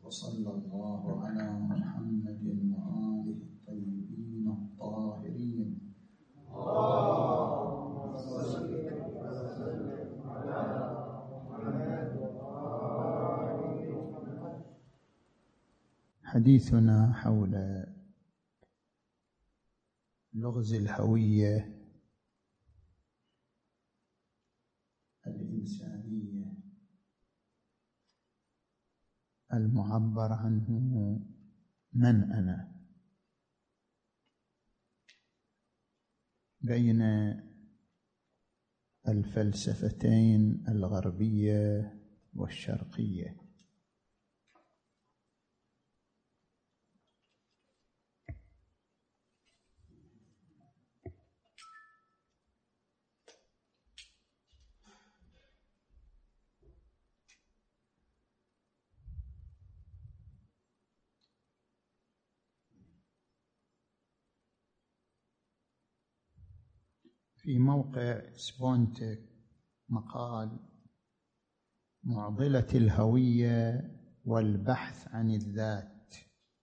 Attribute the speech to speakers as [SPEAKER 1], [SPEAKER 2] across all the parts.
[SPEAKER 1] وصلى الله على محمد وآله الطيبين الطاهرين. اللهم صل وسلم على محمد وآله. حديثنا حول لغز الهوية الإنسانية المعبر عنه من أنا، بين الفلسفتين الغربية والشرقية. في موقع سبونتك مقال معضلة الهوية والبحث عن الذات.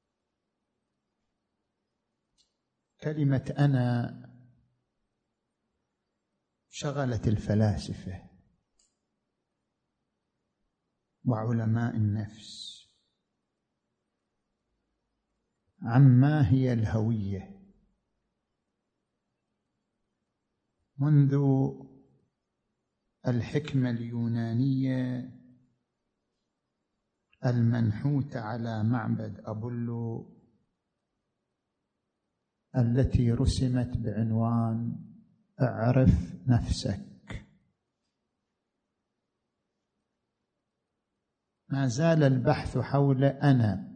[SPEAKER 1] كلمة أنا شغلت الفلاسفة وعلماء النفس عما هي الهوية منذ الحكمة اليونانية المنحوتة على معبد أبولو التي رسمت بعنوان اعرف نفسك. ما زال البحث حول أنا.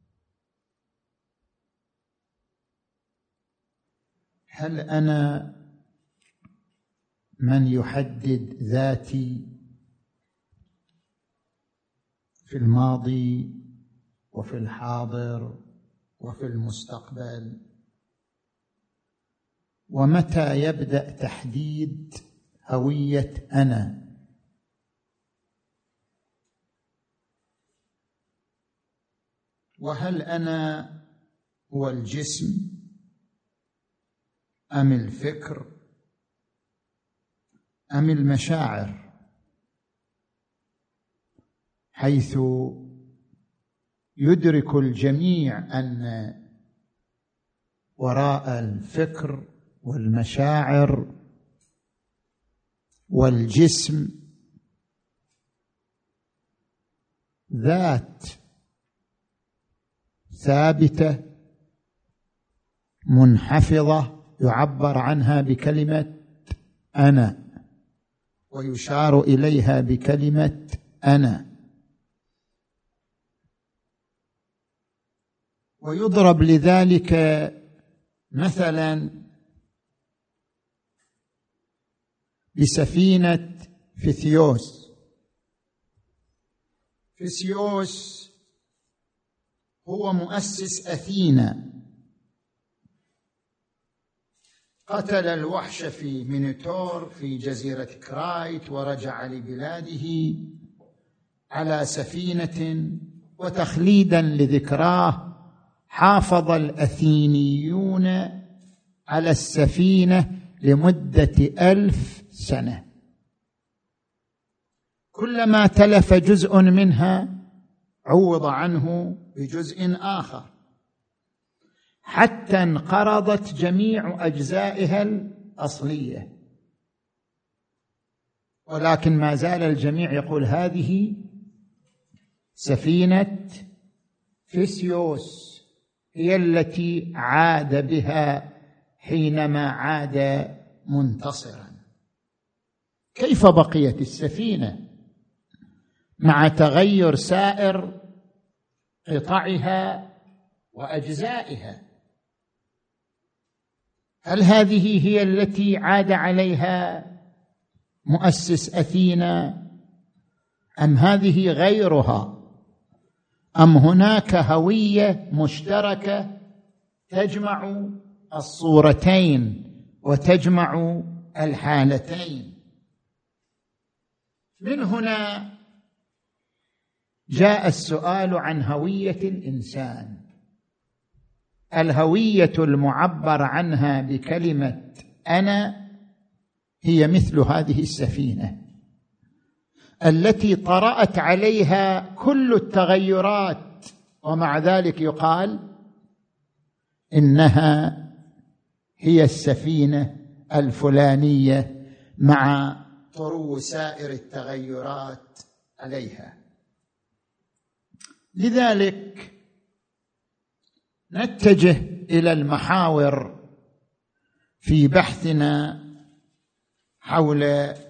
[SPEAKER 1] هل أنا من يحدد ذاتي في الماضي وفي الحاضر وفي المستقبل؟ ومتى يبدأ تحديد هوية أنا؟ وهل أنا هو الجسم أم الفكر أم المشاعر، حيث يدرك الجميع أن وراء الفكر والمشاعر والجسم ذات ثابتة منحفظة يعبر عنها بكلمة أنا، ويشار إليها بكلمة أنا، ويضرب لذلك مثلا بسفينة فيثيوس. فيثيوس هو مؤسس أثينا، قتل الوحش في مينوتور في جزيرة كرايت ورجع لبلاده على سفينة، وتخليدا لذكراه حافظ الأثينيون على السفينة لمدة 1000 سنة، كلما تلف جزء منها عوض عنه بجزء آخر حتى انقرضت جميع أجزائها الأصلية. ولكن ما زال الجميع يقول هذه سفينة فيثيوس، هي التي عاد بها حينما عاد منتصرا. كيف بقيت السفينة مع تغير سائر قطعها وأجزائها؟ هل هذه هي التي عاد عليها مؤسس أثينا، أم هذه غيرها، أم هناك هوية مشتركة تجمع الصورتين وتجمع الحالتين؟ من هنا جاء السؤال عن هوية الإنسان. الهوية المعبر عنها بكلمة أنا هي مثل هذه السفينة التي طرأت عليها كل التغيرات، ومع ذلك يقال إنها هي السفينة الفلانية مع طرو سائر التغيرات عليها. لذلك نتجه إلى المحاور في بحثنا حول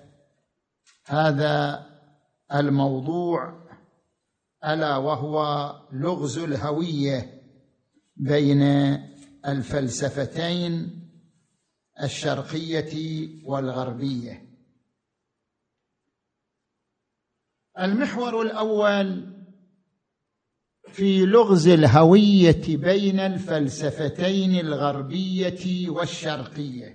[SPEAKER 1] هذا الموضوع، ألا وهو لغز الهوية بين الفلسفتين الشرقية والغربية. المحور الأول في لغز الهوية بين الفلسفتين الغربية والشرقية.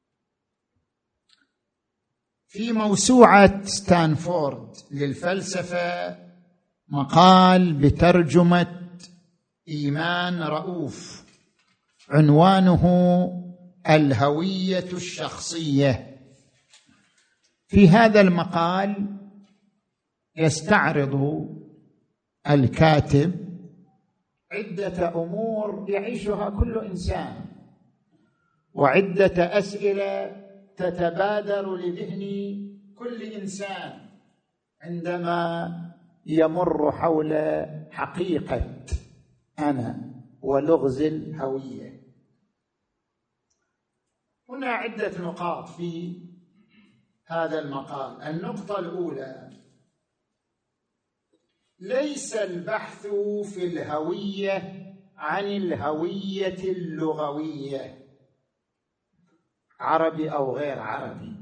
[SPEAKER 1] في موسوعة ستانفورد للفلسفة مقال بترجمة إيمان رؤوف عنوانه الهوية الشخصية. في هذا المقال يستعرض الكاتب عدة أمور يعيشها كل إنسان، وعدة أسئلة تتبادر لذهن كل إنسان عندما يمر حول حقيقة أنا ولغز الهوية. هنا عدة نقاط في هذا المقال. النقطة الأولى: ليس البحث في الهوية عن الهوية اللغوية، عربي أو غير عربي،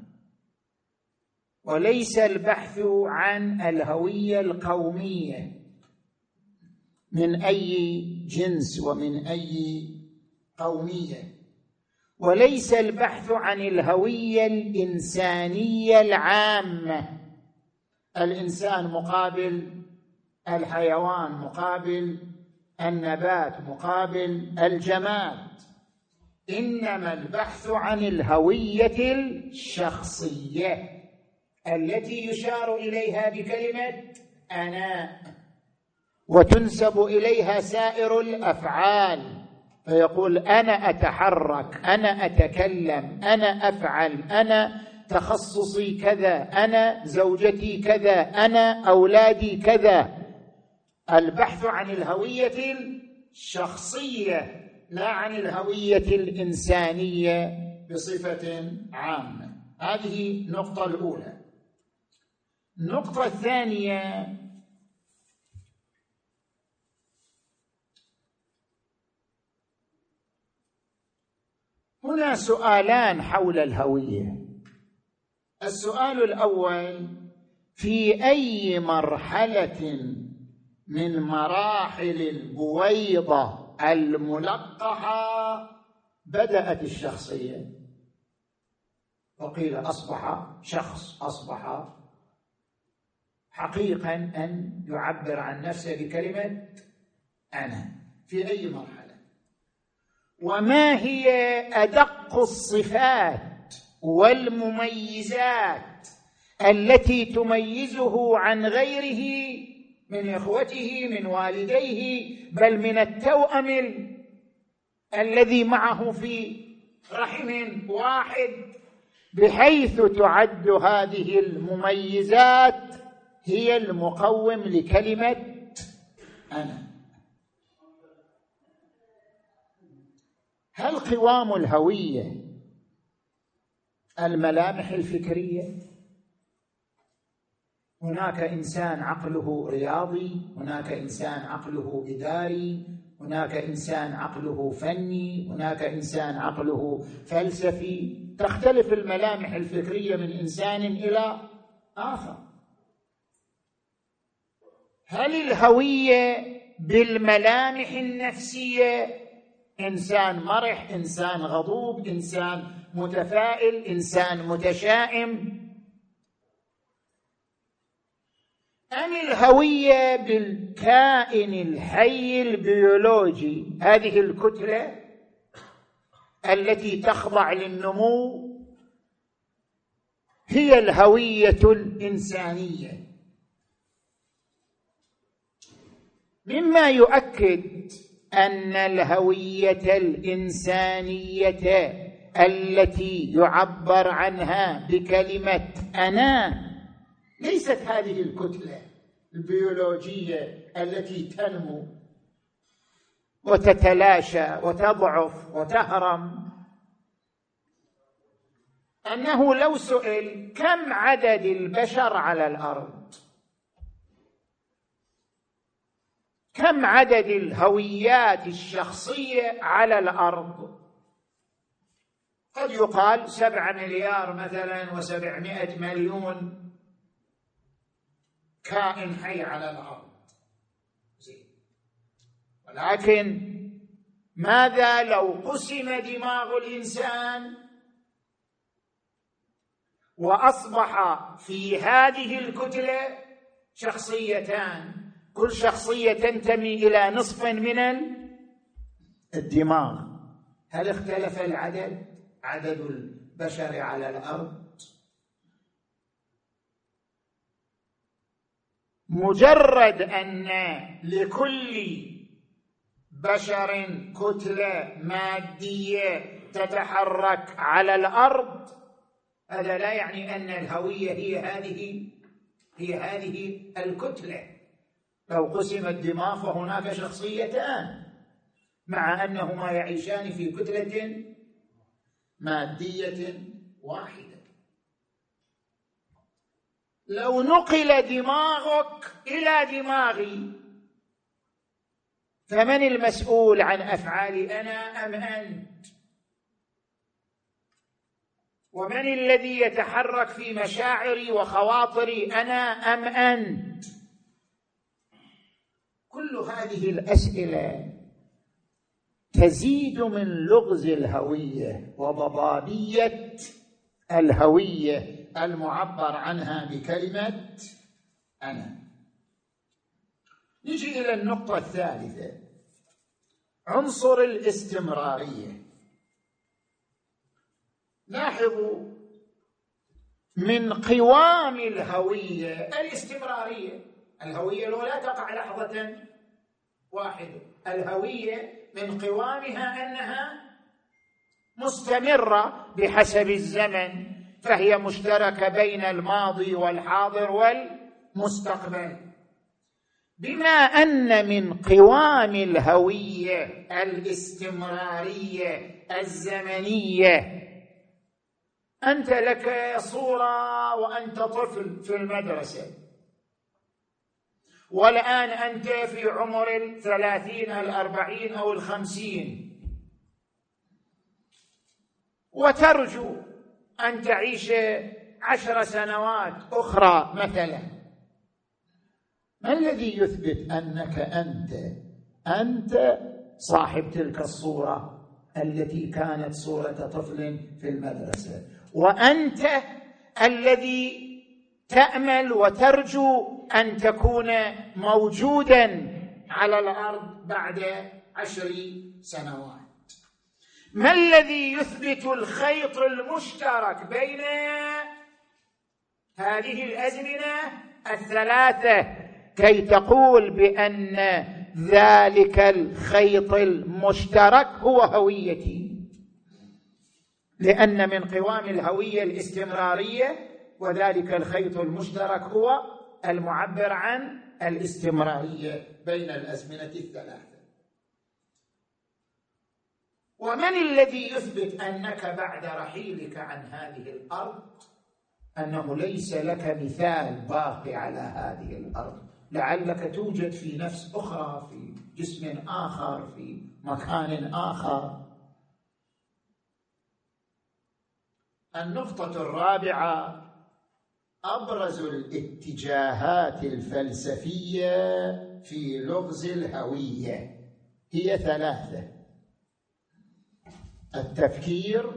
[SPEAKER 1] وليس البحث عن الهوية القومية من أي جنس ومن أي قومية، وليس البحث عن الهوية الإنسانية العامة، الإنسان مقابل الحيوان، مقابل النبات، مقابل الجماد، إنما البحث عن الهوية الشخصية التي يشار إليها بكلمة أنا، وتنسب إليها سائر الأفعال، فيقول أنا أتحرك، أنا أتكلم، أنا أفعل، أنا تخصصي كذا، أنا زوجتي كذا، أنا أولادي كذا. البحث عن الهوية الشخصية لا عن الهوية الإنسانية بصفة عامة. هذه النقطة الأولى. النقطة الثانية: هنا سؤالان حول الهوية. السؤال الأول: في أي مرحلة من مراحل البويضة الملقحة بدأت الشخصية؟ وقيل أصبح شخص، أصبح حقيقا أن يعبر عن نفسه بكلمة أنا. في أي مرحلة؟ وما هي أدق الصفات والمميزات التي تميزه عن غيره من إخوته، من والديه، بل من التوأم الذي معه في رحم واحد، بحيث تعد هذه المميزات هي المقوم لكلمة أنا؟ هل قوام الهوية الملامح الفكرية؟ هناك إنسان عقله رياضي، هناك إنسان عقله إداري، هناك إنسان عقله فني، هناك إنسان عقله فلسفي، تختلف الملامح الفكرية من إنسان إلى آخر. هل الهوية بالملامح النفسية إنسان مرح، إنسان غضوب، إنسان متفائل، إنسان متشائم؟ أم الهوية بالكائن الحي البيولوجي، هذه الكتلة التي تخضع للنمو هي الهوية الإنسانية. مما يؤكد أن الهوية الإنسانية التي يعبر عنها بكلمة أنا ليست هذه الكتلة البيولوجية التي تنمو وتتلاشى وتضعف وتهرم. أنه لو سئل كم عدد البشر على الأرض، كم عدد الهويات الشخصية على الأرض، قد يقال 7 مليار مثلا و700 مليون كائن حي على الأرض. ولكن ماذا لو قسم دماغ الإنسان وأصبح في هذه الكتلة شخصيتان، كل شخصية تنتمي إلى نصف من الدماغ؟ هل اختلف العدد، عدد البشر على الأرض؟ مجرد أن لكل بشر كتلة مادية تتحرك على الأرض، هذا لا يعني أن الهوية هي هذه الكتلة. لو قسم الدماغ فهناك شخصيتان مع أنهما يعيشان في كتلة مادية واحدة. لو نقل دماغك إلى دماغي فمن المسؤول عن أفعالي، أنا أم أنت؟ ومن الذي يتحرك في مشاعري وخواطري، أنا أم أنت؟ كل هذه الأسئلة تزيد من لغز الهوية وضبابية الهوية المعبر عنها بكلمة أنا. نجي إلى النقطة الثالثة، عنصر الاستمرارية. لاحظوا من قوام الهوية الاستمرارية. الهوية لو لا تقع لحظة واحدة، الهوية من قوامها أنها مستمرة بحسب الزمن، فهي مشتركة بين الماضي والحاضر والمستقبل. بما أن من قوام الهوية الاستمرارية الزمنية، أنت لك صورة وأنت طفل في المدرسة، والآن أنت في عمر 30 40 أو 50، وترجو أن تعيش 10 سنوات أخرى مثلا. ما الذي يثبت أنك أنت صاحب تلك الصورة التي كانت صورة طفل في المدرسة، وأنت الذي تأمل وترجو أن تكون موجودا على الأرض بعد 10 سنوات؟ ما الذي يثبت الخيط المشترك بين هذه الأزمنة الثلاثة كي تقول بأن ذلك الخيط المشترك هو هويتي؟ لأن من قوام الهوية الاستمرارية، وذلك الخيط المشترك هو المعبر عن الاستمرارية بين الأزمنة الثلاثة. ومن الذي يثبت أنك بعد رحيلك عن هذه الأرض أنه ليس لك مثال باقي على هذه الأرض؟ لعلك توجد في نفس أخرى، في جسم آخر، في مكان آخر. النقطة الرابعة، أبرز الاتجاهات الفلسفية في لغز الهوية هي 3: التفكير،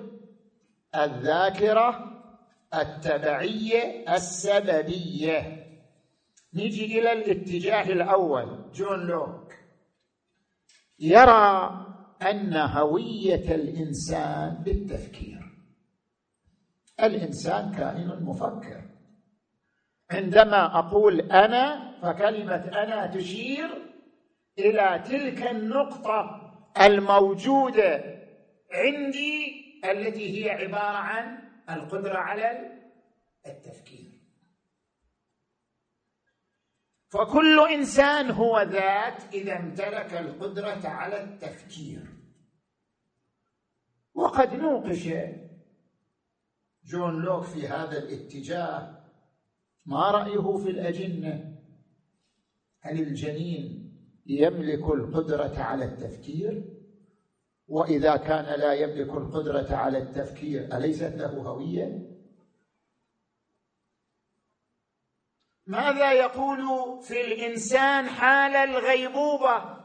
[SPEAKER 1] الذاكرة، التبعية، السببية. نيجي إلى الاتجاه الأول. جون لوك يرى أن هوية الإنسان بالتفكير. الإنسان كائن مفكر. عندما أقول أنا، فكلمة أنا تشير إلى تلك النقطة الموجودة عندي التي هي عبارة عن القدرة على التفكير. فكل إنسان هو ذات إذا امتلك القدرة على التفكير. وقد نوقش جون لوك في هذا الاتجاه. ما رأيه في الأجنة؟ هل الجنين يملك القدرة على التفكير؟ وإذا كان لا يملك القدرة على التفكير أليست له هوية؟ ماذا يقول في الإنسان حال الغيبوبة؟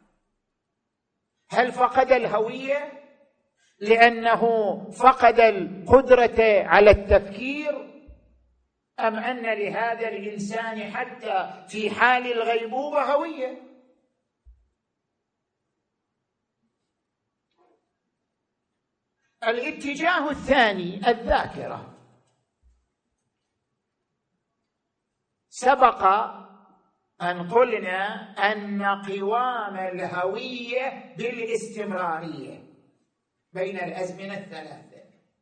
[SPEAKER 1] هل فقد الهوية لأنه فقد القدرة على التفكير، أم أن لهذا الإنسان حتى في حال الغيبوبة هوية؟ الاتجاه الثاني الذاكرة. سبق أن قلنا أن قوام الهوية بالاستمرارية بين الأزمنة الثلاثة،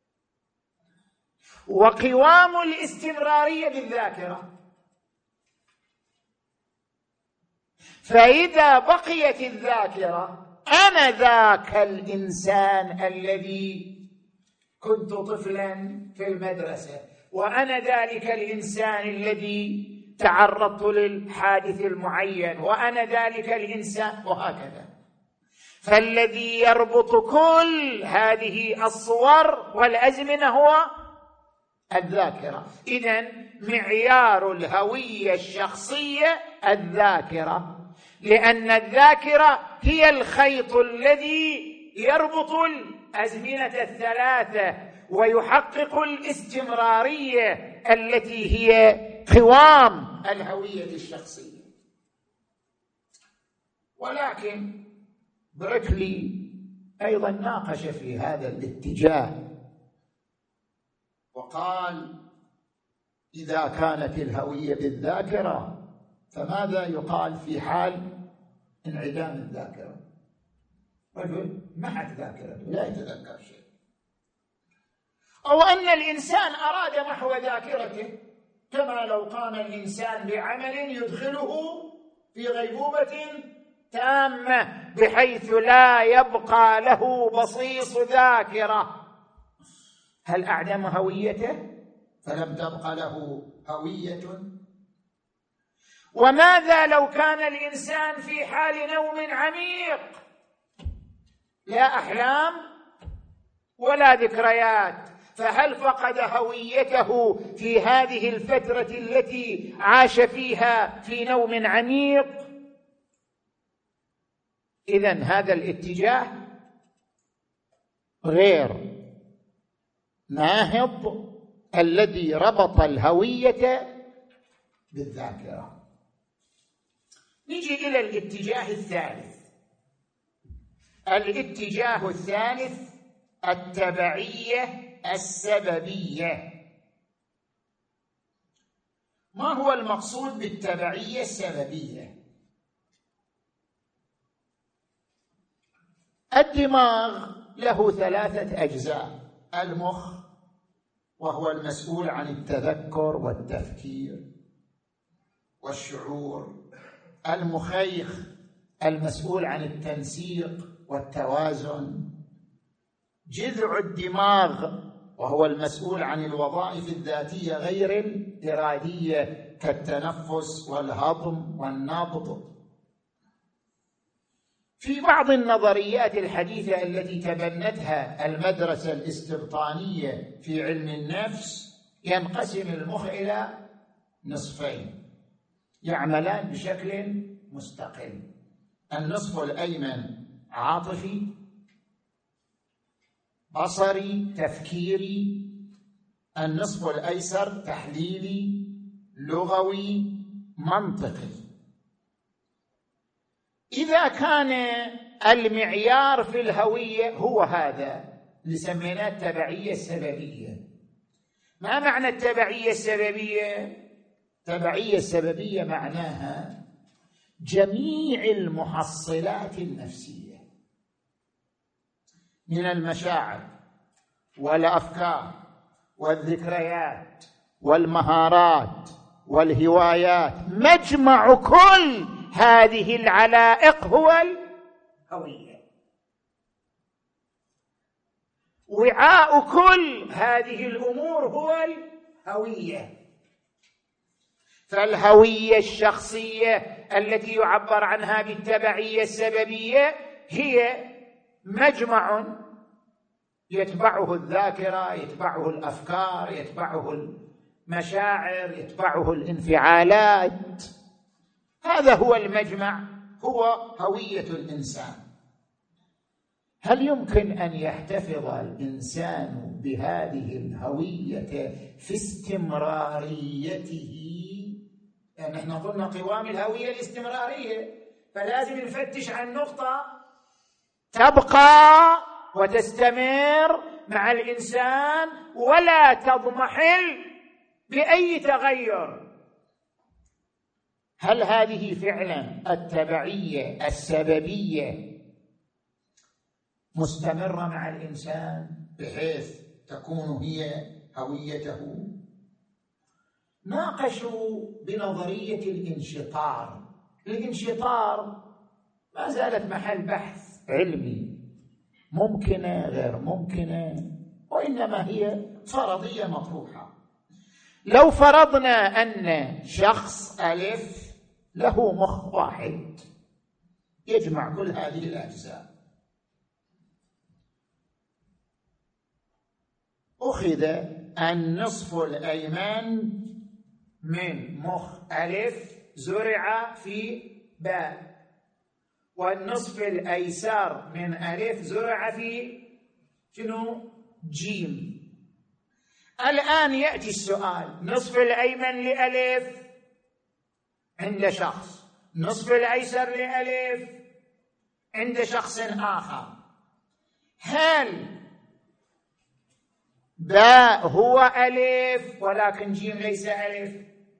[SPEAKER 1] وقوام الاستمرارية بالذاكرة. فإذا بقيت الذاكرة، أنا ذاك الإنسان الذي كنت طفلا في المدرسة، وأنا ذلك الإنسان الذي تعرضت للحادث المعين، وأنا ذلك الإنسان، وهكذا. فالذي يربط كل هذه الصور والأزمنة هو الذاكرة. إذن معيار الهوية الشخصية الذاكرة، لأن الذاكرة هي الخيط الذي يربط الأزمنة الثلاثة ويحقق الاستمرارية التي هي قوام الهوية الشخصية. ولكن بريكلي أيضا ناقش في هذا الاتجاه وقال: إذا كانت الهوية بالذاكرة فماذا يقال في حال انعدام الذاكرة؟ رجل معك ذاكرة لا يتذكر شيء، أو أن الإنسان أراد محو ذاكرته، كما لو قام الإنسان بعمل يدخله في غيبوبة تامة بحيث لا يبقى له بصيص ذاكرة. هل أعدم هويته فلم تبقى له هوية؟ وماذا لو كان الإنسان في حال نوم عميق، لا أحلام ولا ذكريات، فهل فقد هويته في هذه الفترة التي عاش فيها في نوم عميق؟ إذن هذا الاتجاه غير ناهض الذي ربط الهوية بالذاكرة. نجي إلى الاتجاه الثالث. الاتجاه الثالث التبعية السببية. ما هو المقصود بالتبعية السببية؟ الدماغ له 3 أجزاء: المخ وهو المسؤول عن التذكر والتفكير والشعور، المخيخ المسؤول عن التنسيق والتوازن، جذع الدماغ وهو المسؤول عن الوظائف الذاتية غير الإرادية كالتنفس والهضم والنبض. في بعض النظريات الحديثة التي تبنتها المدرسة الاستبطانية في علم النفس ينقسم المخ إلى نصفين يعملان بشكل مستقل: النصف الأيمن عاطفي بصري تفكيري، النصف الأيسر تحليلي لغوي منطقي. إذا كان المعيار في الهوية هو هذا اللي سميناه التبعية السببية. ما معنى التبعية السببية؟ التبعية السببية معناها جميع المحصلات النفسية من المشاعر والأفكار والذكريات والمهارات والهوايات، مجمع كل هذه العلائق هو الهوية، وعاء كل هذه الأمور هو الهوية. فالهوية الشخصية التي يعبر عنها بالتبعية السببية هي مجمع يتبعه الذاكرة، يتبعه الأفكار، يتبعه المشاعر، يتبعه الانفعالات. هذا هو المجمع، هو هوية الإنسان. هل يمكن أن يحتفظ الإنسان بهذه الهوية في استمراريته؟ يعني نحن قلنا قوام الهوية الاستمرارية، فلازم نفتش عن نقطة تبقى وتستمر مع الإنسان ولا تضمحل بأي تغير. هل هذه فعلا التبعية السببية مستمرة مع الإنسان بحيث تكون هي هويته؟ ناقشوا بنظرية الانشطار. الانشطار ما زالت محل بحث علمي، ممكنة غير ممكنة، وإنما هي فرضية مطروحة. لو فرضنا أن شخص ألف له مخ واحد يجمع كل هذه الأجزاء، أخذ النصف الأيمن من مخ ألف زرع في باء، والنصف الأيسر من ألف زرع في شنو؟ جيم. الآن يأتي السؤال: نصف الأيمن لألف عند شخص، نصف الأيسر لألف عند شخص آخر، هل باء هو ألف ولكن جيم ليس ألف،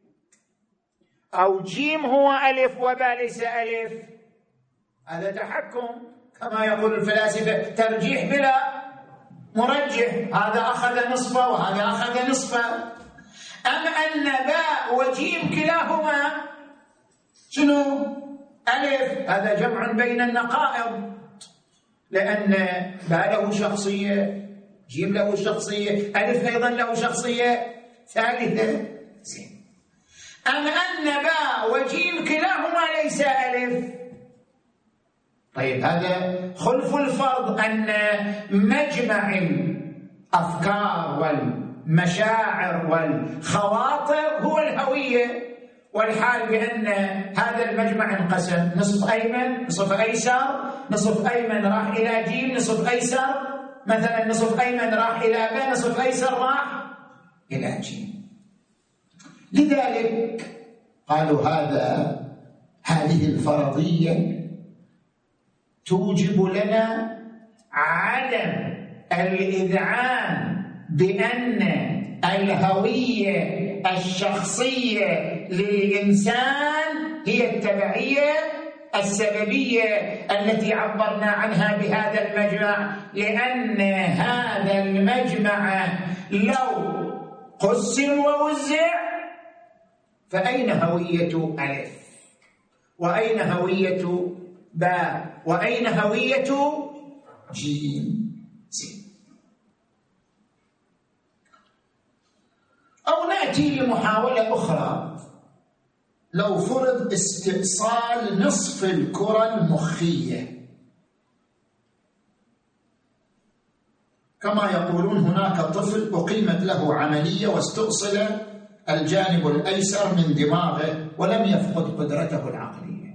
[SPEAKER 1] أو جيم هو ألف وباء ليس ألف؟ هذا تحكم كما يقول الفلاسفة، ترجيح بلا مرجح، هذا أخذ نصفه وهذا أخذ نصفه. أم أن باء وجيم كلاهما شنو؟ ألف، هذا جمع بين النقائض، لأن باء له شخصية، جيم له شخصية، ألف أيضا له شخصية ثالثة. أم أن باء وجيم كلاهما ليس ألف؟ طيب هذا خلف الفرض أن مجمع الأفكار والمشاعر والخواطر هو الهوية، والحال بأن هذا المجمع انقسم نصف أيمن نصف أيسر، نصف أيمن راح إلى جيم، نصف أيسر مثلا نصف أيمن راح إلى باء، نصف أيسر راح إلى جيم. لذلك قالوا هذه الفرضية توجب لنا عدم الإذعان بأن الهوية الشخصية للإنسان هي التبعية السببية التي عبرنا عنها بهذا المجمع، لأن هذا المجمع لو قسم ووزع فأين هوية ألف؟ وأين هوية باء؟ وأين هوية جيم سين؟ أو نأتي لمحاولة أخرى. لو فرض استئصال نصف الكرة المخية، كما يقولون هناك طفل أقيمت له عملية واستؤصل الجانب الأيسر من دماغه ولم يفقد قدرته العقلية،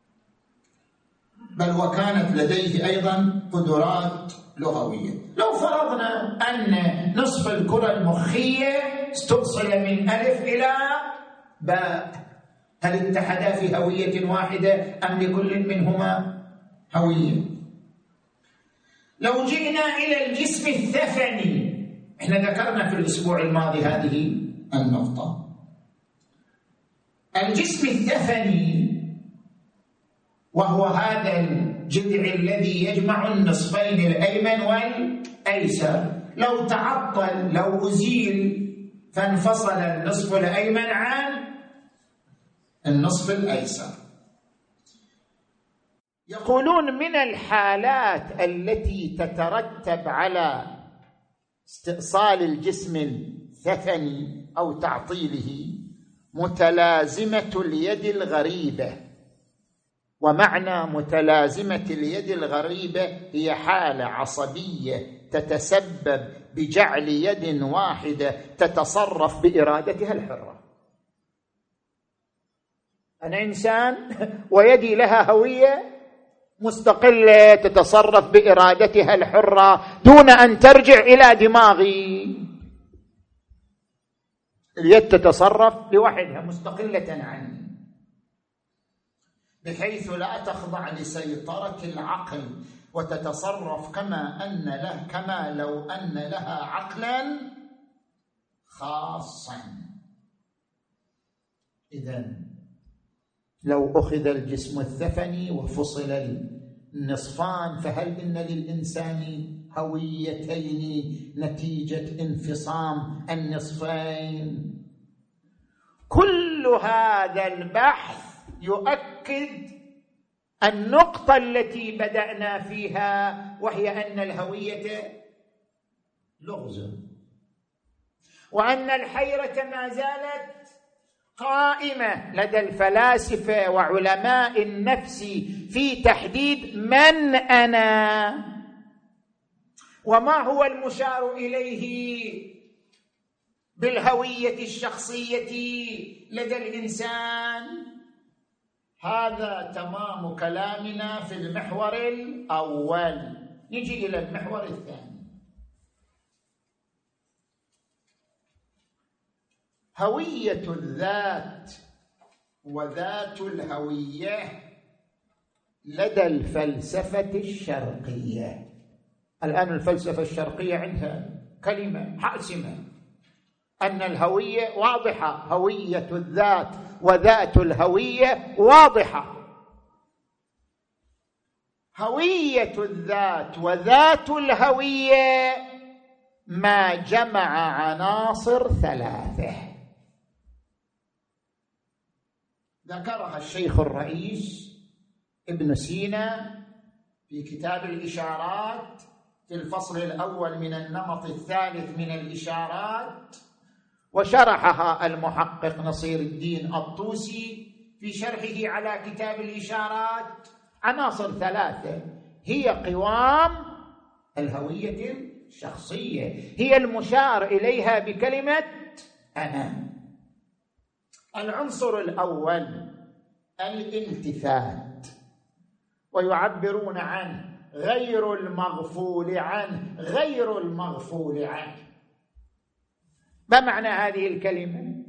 [SPEAKER 1] بل وكانت لديه أيضا قدرات لغوية. لو فرضنا أن نصف الكرة المخية استؤصل من ألف إلى باء، هل اتحدا في هوية واحدة أم لكل منهما هوية؟ لو جئنا إلى الجسم الثفني، احنا ذكرنا في الأسبوع الماضي هذه النقطة. الجسم الثفني وهو هذا الجذع الذي يجمع النصفين الأيمن والأيسر، لو تعطل، لو أزيل، فانفصل النصف الأيمن عن النصف الأيسر. يقولون من الحالات التي تترتب على استئصال الجسم الثفني أو تعطيله متلازمة اليد الغريبة. ومعنى متلازمة اليد الغريبة هي حالة عصبية تتسبب بجعل يد واحدة تتصرف بإرادتها الحرة. أنا إنسان ويدي لها هوية مستقلة تتصرف بإرادتها الحرة دون أن ترجع إلى دماغي. اليد تتصرف لوحدها مستقلة عني، بحيث لا تخضع لسيطرة العقل وتتصرف كما لو أن لها عقلا خاصا. إذن لو أخذ الجسم الثفني وفصل النصفان، فهل إن للإنسان هويتين نتيجة انفصام النصفين؟ كل هذا البحث يؤكد النقطة التي بدأنا فيها، وهي أن الهوية لغز، وأن الحيرة ما زالت قائمة لدى الفلاسفة وعلماء النفس في تحديد من أنا، وما هو المشار إليه بالهوية الشخصية لدى الإنسان. هذا تمام كلامنا في المحور الأول. نجي إلى المحور الثاني. هوية الذات وذات الهوية لدى الفلسفة الشرقية. الآن الفلسفة الشرقية عندها كلمة حاسمة، أن الهوية واضحة، هوية الذات وذات الهوية واضحة. هوية الذات وذات الهوية ما جمع عناصر ثلاثة ذكرها الشيخ الرئيس ابن سينا في كتاب الإشارات في الفصل الأول من النمط الثالث من الإشارات، وشرحها المحقق نصير الدين الطوسي في شرحه على كتاب الإشارات. عناصر ثلاثة هي قوام الهوية الشخصية، هي المشار إليها بكلمة أنا. العنصر الأول الالتفات، ويعبرون عنه غير المغفول عنه. غير المغفول عنه، ما معنى هذه الكلمة؟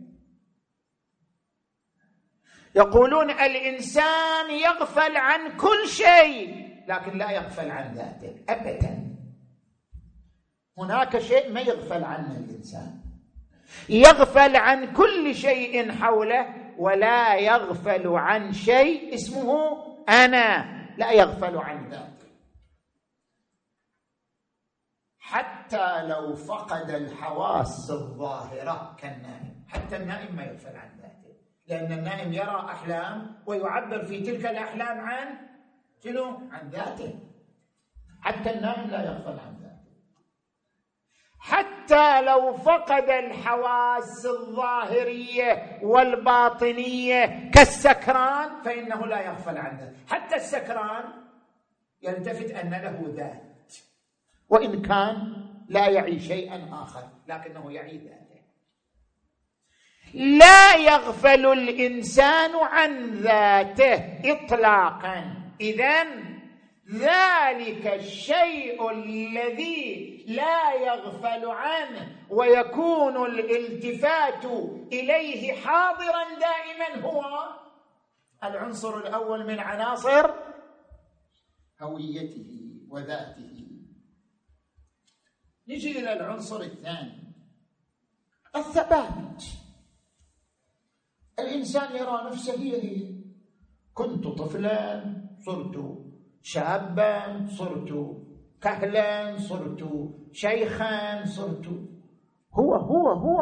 [SPEAKER 1] يقولون الإنسان يغفل عن كل شيء لكن لا يغفل عن ذاته أبدا. هناك شيء ما يغفل عنه الإنسان، يغفل عن كل شيء حوله ولا يغفل عن شيء اسمه أنا، لا يغفل عن ذاته. حتى لو فقد الحواس الظاهرة كالنائم، حتى النائم ما يغفل عن ذاته، لأن النائم يرى أحلام ويعبر في تلك الأحلام عن شنو؟ عن ذاته. حتى النائم لا يغفل عن ذاته. حتى لو فقد الحواس الظاهرية والباطنية كالسكران فإنه لا يغفل عن ذاته. حتى السكران يلتفت أن له ذات، وإن كان لا يعي شيئا آخر لكنه يعي ذاته. لا يغفل الإنسان عن ذاته إطلاقا. إذن ذلك الشيء الذي لا يغفل عنه ويكون الالتفات إليه حاضرا دائما هو العنصر الأول من عناصر هويته وذاته. نجي إلى العنصر الثاني، الثبات. الإنسان يرى نفسه هي كنت طفلا صرت شابا، صرت كهلا، صرت شيخا، صرت هو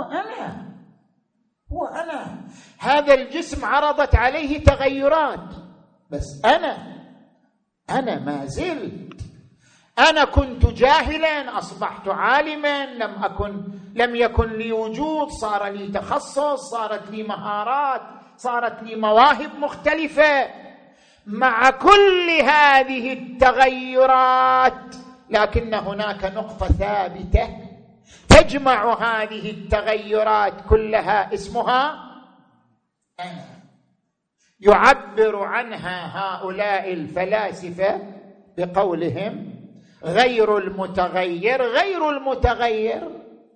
[SPEAKER 1] أنا. هذا الجسم عرضت عليه تغيرات، بس أنا ما زلت. أنا كنت جاهلا أصبحت عالما، لم يكن لي وجود، صار لي تخصص، صارت لي مهارات، صارت لي مواهب مختلفة. مع كل هذه التغيرات لكن هناك نقطة ثابتة تجمع هذه التغيرات كلها، اسمها أنا. يعبر عنها هؤلاء الفلاسفة بقولهم غير المتغير غير المتغير.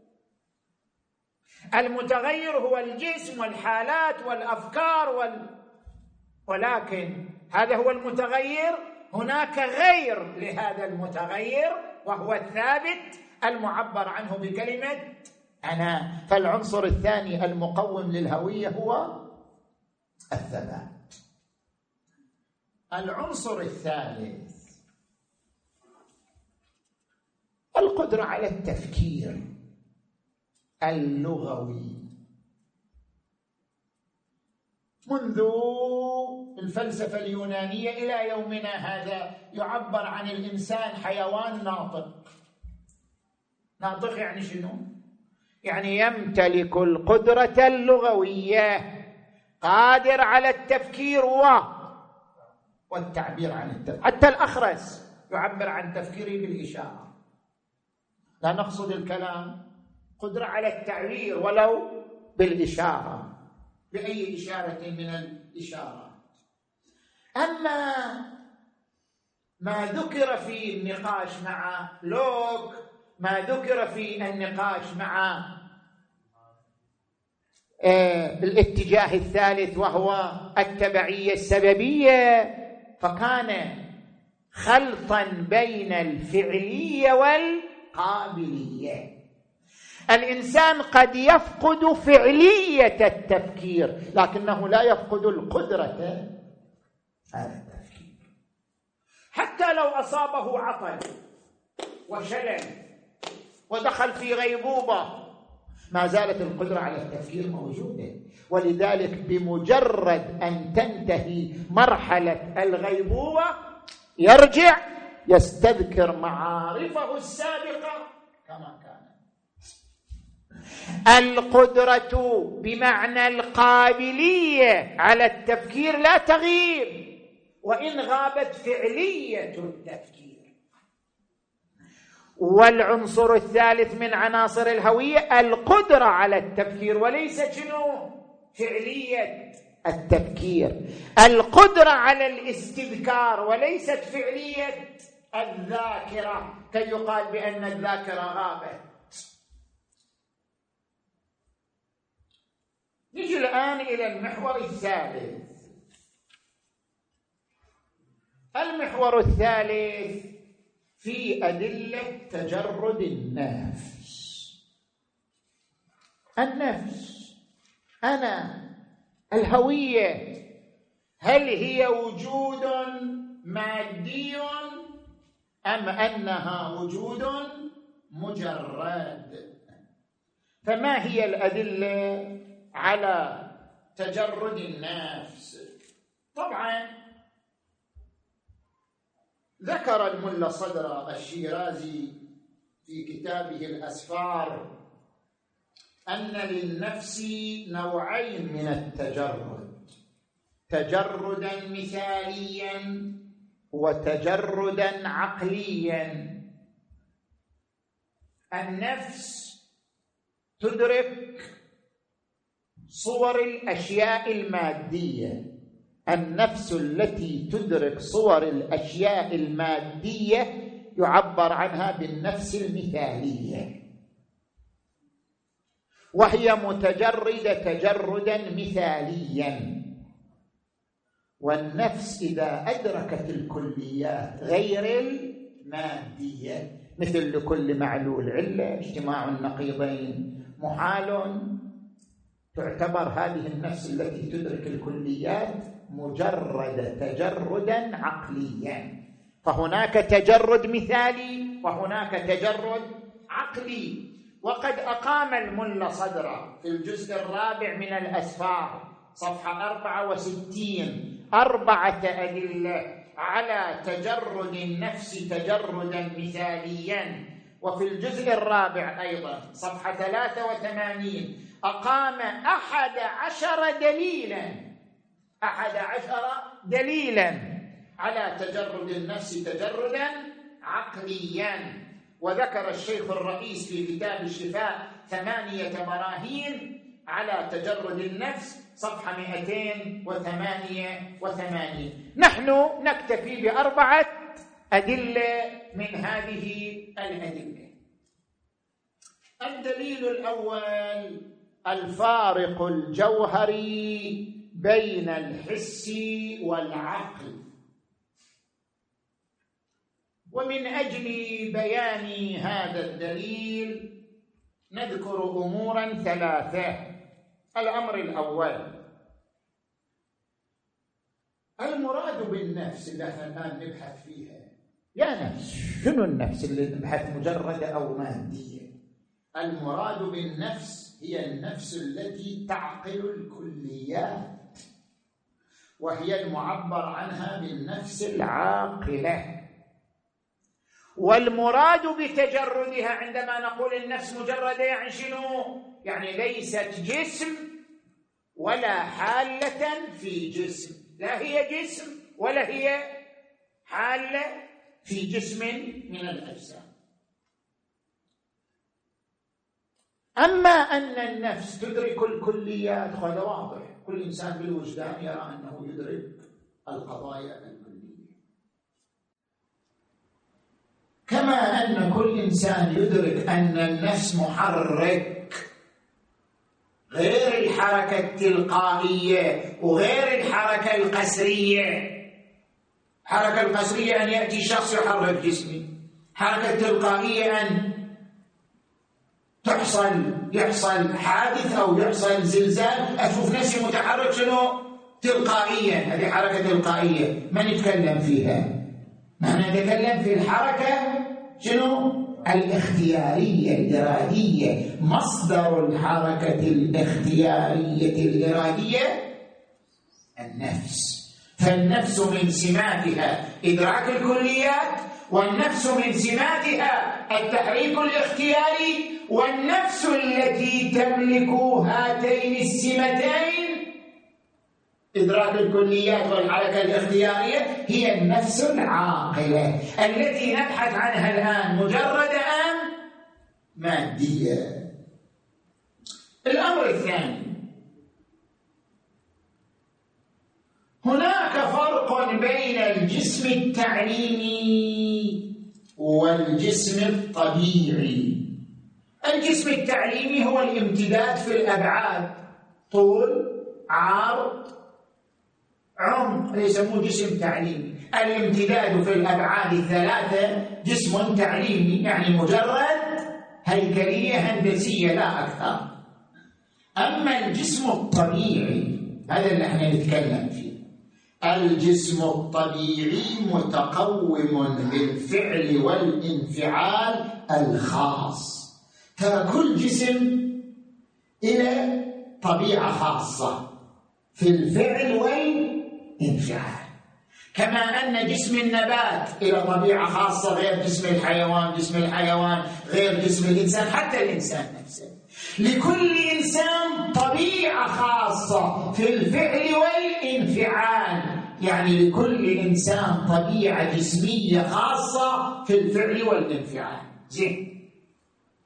[SPEAKER 1] المتغير هو الجسم والحالات والأفكار ولكن هذا هو المتغير. هناك غير لهذا المتغير وهو الثابت المعبر عنه بكلمة أنا. فالعنصر الثاني المقوم للهوية هو الثبات. العنصر الثالث القدرة على التفكير اللغوي. منذ الفلسفة اليونانية إلى يومنا هذا يعبر عن الإنسان حيوان ناطق. ناطق يعني شنو؟ يعني يمتلك القدرة اللغوية، قادر على التفكير والتعبير عن التفكير. حتى الأخرس يعبر عن تفكيره بالإشارة، لا نقصد الكلام، قدرة على التعبير ولو بالإشارة، بأي إشارة من الإشارات. أما ما ذكر في النقاش مع لوك، ما ذكر في النقاش مع الاتجاه الثالث وهو التبعية السببية، فكان خلطا بين الفعلية والقابلية. الإنسان قد يفقد فعلية التفكير لكنه لا يفقد القدرة على التفكير. حتى لو أصابه عطل وشلل ودخل في غيبوبة ما زالت القدرة على التفكير موجودة. ولذلك بمجرد أن تنتهي مرحلة الغيبوبة يرجع يستذكر معارفه السابقة كما كان. القدرة بمعنى القابلية على التفكير لا تغيب وإن غابت فعلية التفكير. والعنصر الثالث من عناصر الهوية القدرة على التفكير وليس شنو؟ فعلية التفكير. القدرة على الاستذكار وليست فعلية الذاكرة كي يقال بأن الذاكرة غابت. نجي الآن إلى المحور الثالث. المحور الثالث في أدلة تجرد النفس. النفس أنا، الهوية، هل هي وجود مادي أم أنها وجود مجرد؟ فما هي الأدلة على تجرد النفس؟ طبعا ذكر الملا صدر الشيرازي في كتابه الأسفار أن للنفس نوعين من التجرد: تجردا مثاليا وتجردا عقليا. النفس تدرك صور الأشياء المادية النفس التي تدرك صور الأشياء المادية يعبر عنها بالنفس المثالية، وهي متجردة تجردا مثاليا. والنفس إذا أدركت الكليات غير المادية، مثل لكل معلول علة، اجتماع النقيضين محال، تعتبر هذه النفس التي تدرك الكليات مجردة تجردا عقليا. فهناك تجرد مثالي وهناك تجرد عقلي. وقد أقام الملا صدرا في الجزء الرابع من الأسفار صفحة 64 4 أدلة على تجرد النفس تجردا مثاليا. وفي الجزء الرابع أيضا صفحة 83 أقام 11 دليلا على تجرد النفس تجردا عقليا. وذكر الشيخ الرئيس في كتاب الشفاء 8 براهين على تجرد النفس صفحة 288. نحن نكتفي ب4 أدلة من هذه الأدلة. الدليل الأول الفارق الجوهري بين الحس والعقل. ومن أجل بيان هذا الدليل نذكر أمورا 3. الأمر الأول المراد بالنفس اللي الآن نبحث فيها. يا نفس، شنو النفس اللي نبحث، مجردة أو مادية؟ المراد بالنفس هي النفس التي تعقل الكليات، وهي المعبر عنها بالنفس العاقلة. والمراد بتجردها عندما نقول النفس مجردة يعني شنو؟ يعني ليست جسم ولا حالة في جسم، لا هي جسم ولا هي حالة في جسم من الأجسام. أما أن النفس تدرك الكليات هذا واضح، كل إنسان بالوجدان يرى أنه يدرك القضايا الكلية، كما أن كل إنسان يدرك أن النفس محرك غير الحركة التلقائية وغير الحركة القسرية. الحركة القسرية أن يأتي شخص يحرك جسمي، الحركة التلقائية أن يحصل حادث أو يحصل زلزال أشوف نفسي متحرك شنو؟ تلقائيا. هذه حركة تلقائية ما نتكلم فيها، نحن نتكلم في الحركة شنو؟ الاختيارية الإرادية. مصدر الحركة الاختيارية الإرادية النفس. فالنفس من سماتها إدراك الكليات، والنفس من سماتها التحريك الاختياري، والنفس التي تملك هاتين السمتين إدراك الكليات والحركة الاختيارية هي النفس العاقلة التي نبحث عنها الآن، مجردة أم مادية. الأمر الثاني، هناك فرق بين الجسم التعليمي والجسم الطبيعي. الجسم التعليمي هو الامتداد في الأبعاد، طول، عرض، عمق، يسموه جسم تعليمي. الامتداد في الأبعاد الثلاثة جسم تعليمي، يعني مجرد هيكلية هندسية لا أكثر. أما الجسم الطبيعي هذا اللي احنا نتكلم فيه. الجسم الطبيعي متقوم بالفعل والانفعال الخاص. ترى كل جسم إلى طبيعة خاصة في الفعل والانفعال، كما أن جسم النبات إلى طبيعة خاصة غير جسم الحيوان، جسم الحيوان غير جسم الإنسان، حتى الإنسان نفسه. لكل إنسان طبيعة خاصة في الفعل والانفعال، يعني لكل إنسان طبيعة جسمية خاصة في الفعل والانفعال. زين.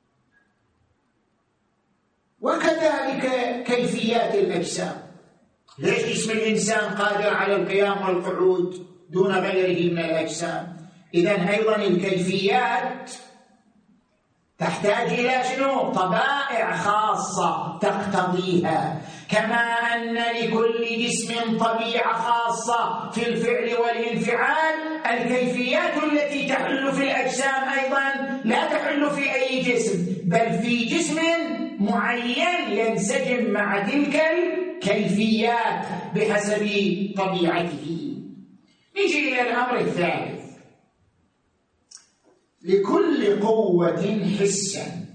[SPEAKER 1] وكذلك كيفيات الأجسام. ليش جسم الإنسان قادر على القيام والقعود دون غيره من الأجسام؟ إذن أيضا الكيفيات تحتاج إلى شنو؟ طبائع خاصة تقتضيها، كما أن لكل جسم طبيعة خاصة في الفعل والانفعال. الكيفيات التي تحل في الأجسام أيضا لا تحل في أي جسم، بل في جسم معين ينسجم مع تلك الكيفيات بحسب طبيعته. نجي إلى الأمر الثالث. لكل قوة حسا.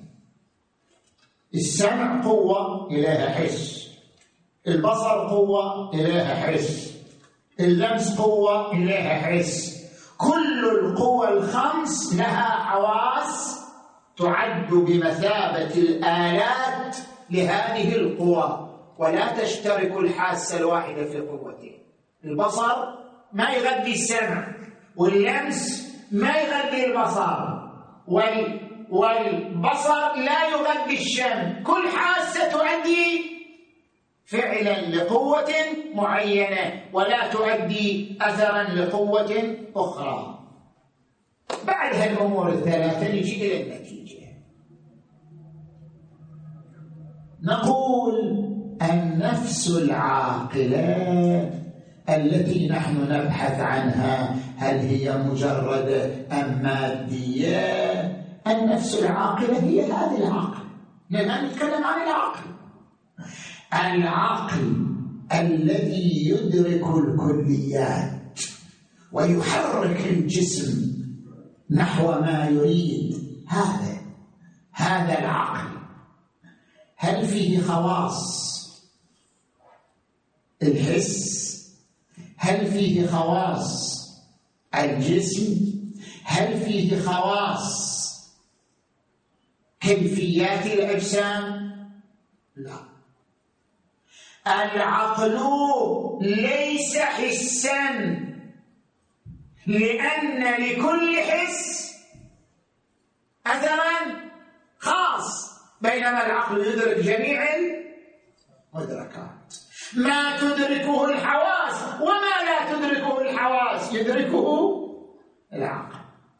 [SPEAKER 1] السمع قوة إليها حس، البصر قوة إليها حس، اللمس قوة إليها حس. كل القوى الخمس لها حواس تعد بمثابة الآلات لهذه القوى، ولا تشترك الحاسة الواحدة في قوته. البصر ما يغذي السمع، واللمس ما يغذي البصر، والبصر لا يغذي الشم. كل حاسة تؤدي فعلا لقوة معينة ولا تؤدي أثرا لقوة أخرى. بعد هالأمور الثلاثة نجي إلى النتيجة. نقول النفس العاقلة التي نحن نبحث عنها هل هي مجرد أم مادية؟ النفس العاقلة هي هذه العقل. لما نتكلم عن العقل، العقل الذي يدرك الكليات ويحرك الجسم نحو ما يريد، هذا العقل. هل فيه خواص الحس؟ هل فيه خواص الجسم؟ هل فيه خواص كيفيات الأجسام؟ لا. العقل ليس حسا، لأن لكل حس أثرا خاص، بينما العقل يدرك جميع المدركات. ما تدركه الحواس وما لا تدركه الحواس يدركه العقل.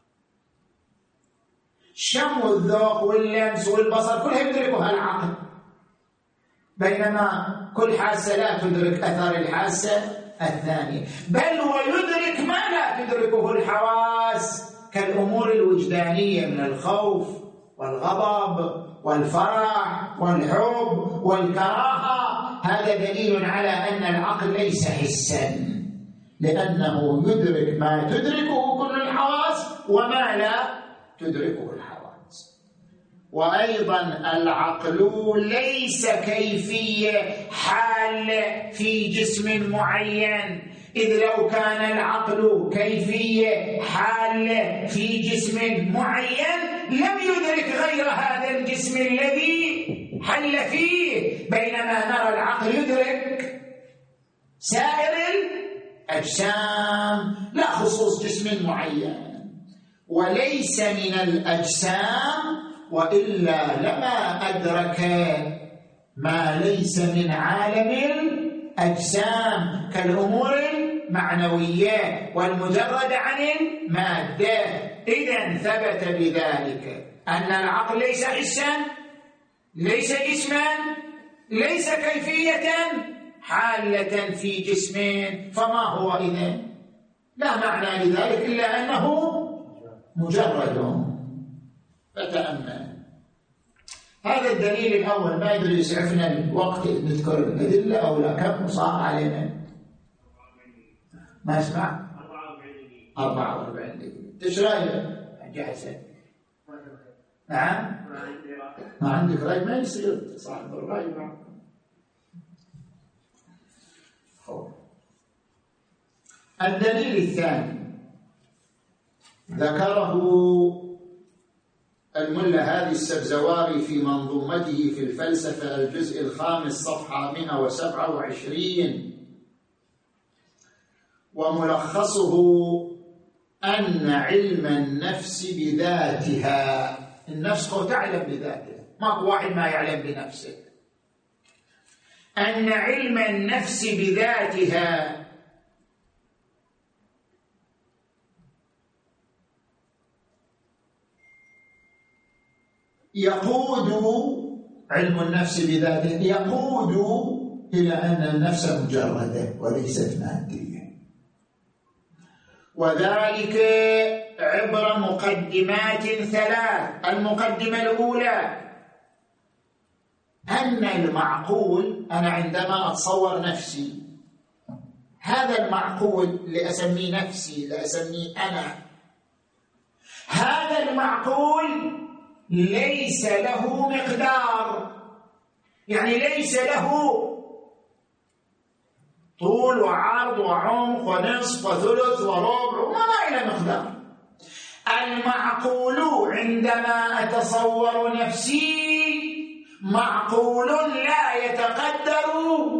[SPEAKER 1] الشم والذوق واللمس والبصر كلها يدركها العقل، بينما كل حاسة لا تدرك أثر الحاسة الثانية، بل ويدرك ما لا تدركه الحواس كالأمور الوجدانية من الخوف والغضب والفرح والحب والكراهة. هذا دليل على أن العقل ليس حسا، لأنه يدرك ما تدركه كل الحواس وما لا تدركه الحواس. وأيضا العقل ليس كيفية حالة في جسم معين، إذ لو كان العقل كيفية حالة في جسم معين لم يدرك غير هذا الجسم الذي حل فيه، بينما نرى العقل يدرك سائر الأجسام لا خصوص جسم معين. وليس من الأجسام، وإلا لما أدرك ما ليس من عالم الأجسام كالأمور المعنوية والمجرد عن المادة. إذن ثبت بذلك أن العقل ليس حسا، ليس جسما، ليس كيفية حالة في جسمين. فما هو إذن؟ لا معنى لذلك إلا أنه مجرد. فتأمل هذا الدليل الأول. ما يدري يسعفنا الوقت نذكر الأدلة أو لا؟ كم صار علينا؟ ما اسمع 44 دقيقة. ايش رايك حاج حسن؟ نعم ما عندك رأي؟ ما يصير صاحب الرأي. الدليل الثاني ذكره الملا هادي السبزواري في منظومته في الفلسفة الجزء الخامس صفحة 127، وملخصه أن علم النفس بذاتها، النفس هو تعلم بذاتها، ماكو واحد ما يعلم بنفسه. أن علم النفس بذاتها يقود، علم النفس بذاته يقود إلى أن النفس مجردة وليست مادية، وذلك عبر مقدمات ثلاث. المقدمة الأولى أن المعقول، أنا عندما أتصور نفسي، هذا المعقول لأسميه نفسي، لأسميه أنا، هذا المعقول ليس له مقدار، يعني ليس له طول وعرض وعمق ونصف وثلث وربع وما إلى مقدار. المعقول عندما أتصور نفسي معقول لا يتقدر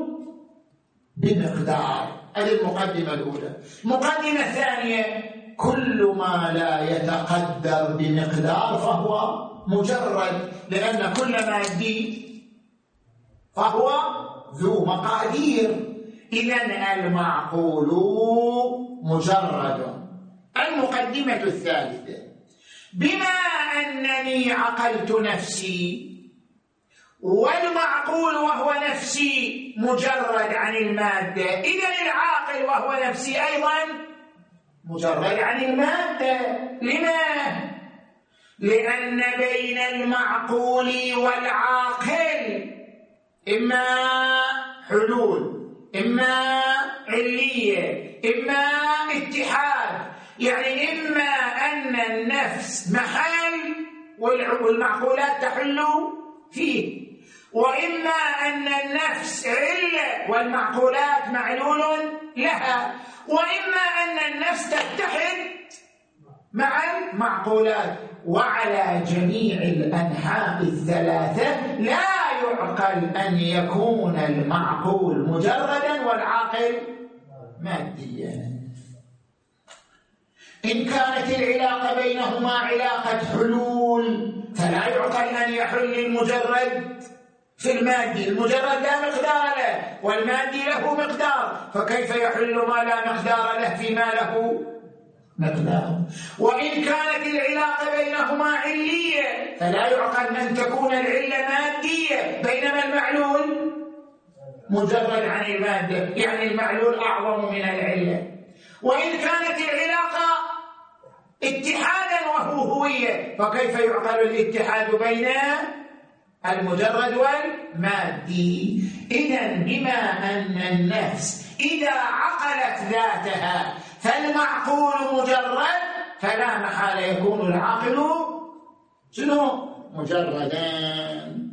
[SPEAKER 1] بمقدار. هذه المقدمة الأولى. المقدمة الثانية: كل ما لا يتقدر بمقدار فهو مجرد، لأن كل مادي فهو ذو مقادير. إذن المعقول مجرد. المقدمة الثالثة: بما أنني عقلت نفسي والمعقول وهو نفسي مجرد عن المادة، إذن العاقل وهو نفسي أيضا مجرد عن المادة. لما؟ لأن بين المعقول والعاقل إما حلول، إما علية، إما اتحاد. يعني إما أن النفس محل والمعقولات تحل فيه، وإما أن النفس علة والمعقولات معلول لها، وإما أن النفس تتحد مع المعقولات. وعلى جميع الأنحاء الثلاثة لا يعقل أن يكون المعقول مجردا والعاقل ماديا. إن كانت العلاقة بينهما علاقة حلول فلا يعقل أن يحل المجرد في المادي. المجرد لا مقدار له والمادي له مقدار، فكيف يحل ما لا مقدار له فيما له مقدار؟ وإن كانت العلاقة بينهما علية فلا يعقل أن تكون العلة مادية بينما المعلول مجرد عن المادة، يعني المعلول أعظم من العلة. وإن كانت العلاقة اتحادا وهوية فكيف يعقل الاتحاد بين المجرد والمادي؟ إذن بما أن النفس إذا عقلت ذاتها فالمعقول مجرد، فلا محال يكون العاقل شنو؟ مجردا.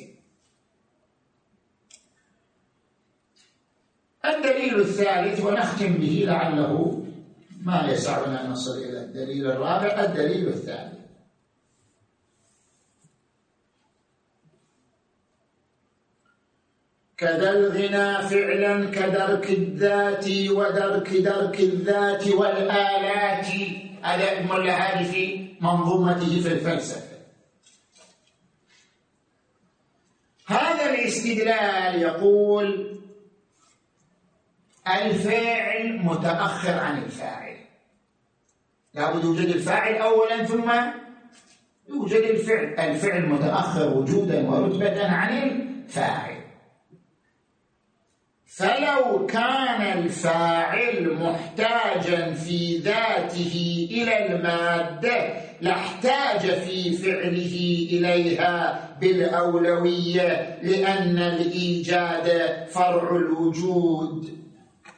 [SPEAKER 1] الدليل الثالث ونختم به لعله ما يسعنا نصل إلى الدليل الرابع. الدليل الثالث: كذا الغنى فعلا كدرك الذات ودرك درك الذات والآلات. هذا ابن اللهادي في منظومته في الفلسفة. هذا الاستدلال يقول الفاعل متأخر عن الفاعل، لابد يوجد الفاعل أولا ثم يوجد الفعل. الفعل متأخر وجودا ورتبة عن الفاعل. فلو كان الفاعل محتاجا في ذاته إلى المادة لاحتاج في فعله إليها بالأولوية، لأن الإيجاد فرع الوجود.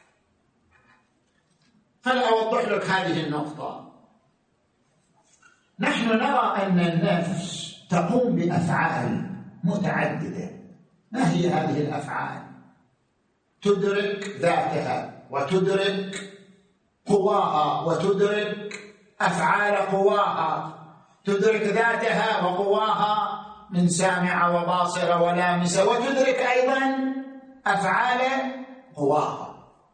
[SPEAKER 1] فلا أوضح لك هذه النقطة. نحن نرى أن النفس تقوم بأفعال متعددة. ما هي هذه الأفعال؟ تدرك ذاتها وتدرك قواها وتدرك أفعال قواها، تدرك ذاتها وقواها من سامعة وباصرة ولامسة، وتدرك أيضا أفعال قواها.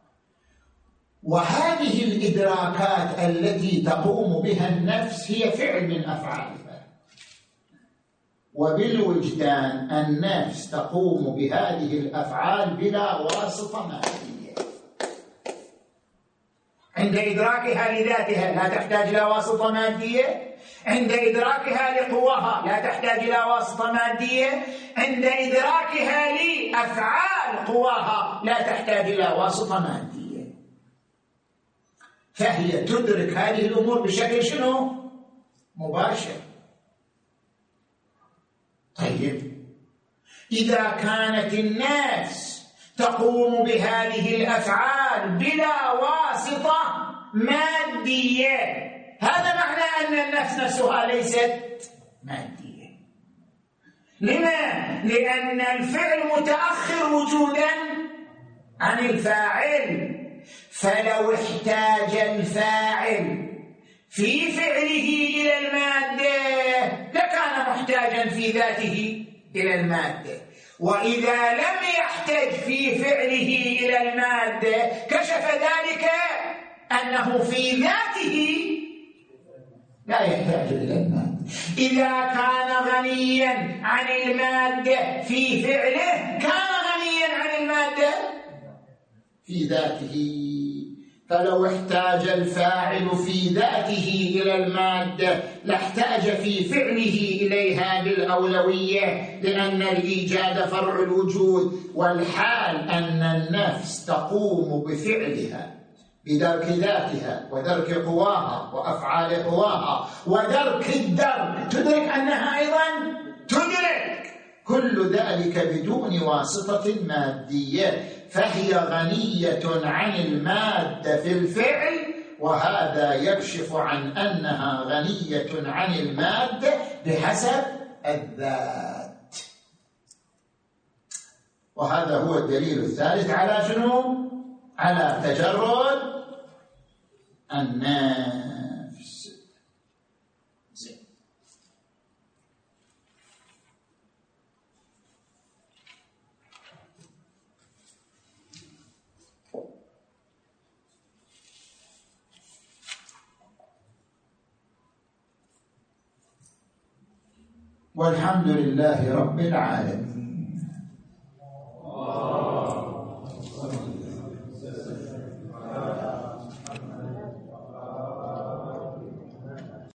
[SPEAKER 1] وهذه الإدراكات التي تقوم بها النفس هي فعل من أفعالها. وبالوجدان النفس تقوم بهذه الأفعال بلا واسطة مادية. عند إدراكها لذاتها لا تحتاج إلى واسطة مادية، عند إدراكها لقواها لا تحتاج إلى واسطة مادية، عند إدراكها لأفعال قواها لا تحتاج إلى واسطة مادية. فهي تدرك هذه الأمور بشكل شنو؟ مباشر. طيب إذا كانت النفس تقوم بهذه الأفعال بلا واسطة مادية، هذا معنى أن النفس نفسها ليست مادية. لما؟ لأن الفعل متأخر وجودا عن الفاعل، فلو احتاج الفاعل في فعله إلى المادة لكان محتاجا في ذاته إلى المادة، وإذا لم يحتج في فعله إلى المادة كشف ذلك أنه في ذاته لا يحتاج إلى المادة. إذا كان غنيا عن المادة في فعله كان غنيا عن المادة في ذاته. فلو احتاج الفاعل في ذاته إلى المادة لاحتاج في فعله إليها بالأولوية، لأن الإيجاد فرع الوجود، والحال أن النفس تقوم بفعلها بدرك ذاتها ودرك قواها وأفعال قواها ودرك الدرك، تدرك أنها أيضا تدرك كل ذلك بدون واسطة مادية، فهي غنية عن المادة في الفعل، وهذا يكشف عن أنها غنية عن المادة بحسب الذات. وهذا هو الدليل الثالث على شنو؟ على تجرد النفس. والحمد لله رب العالمين.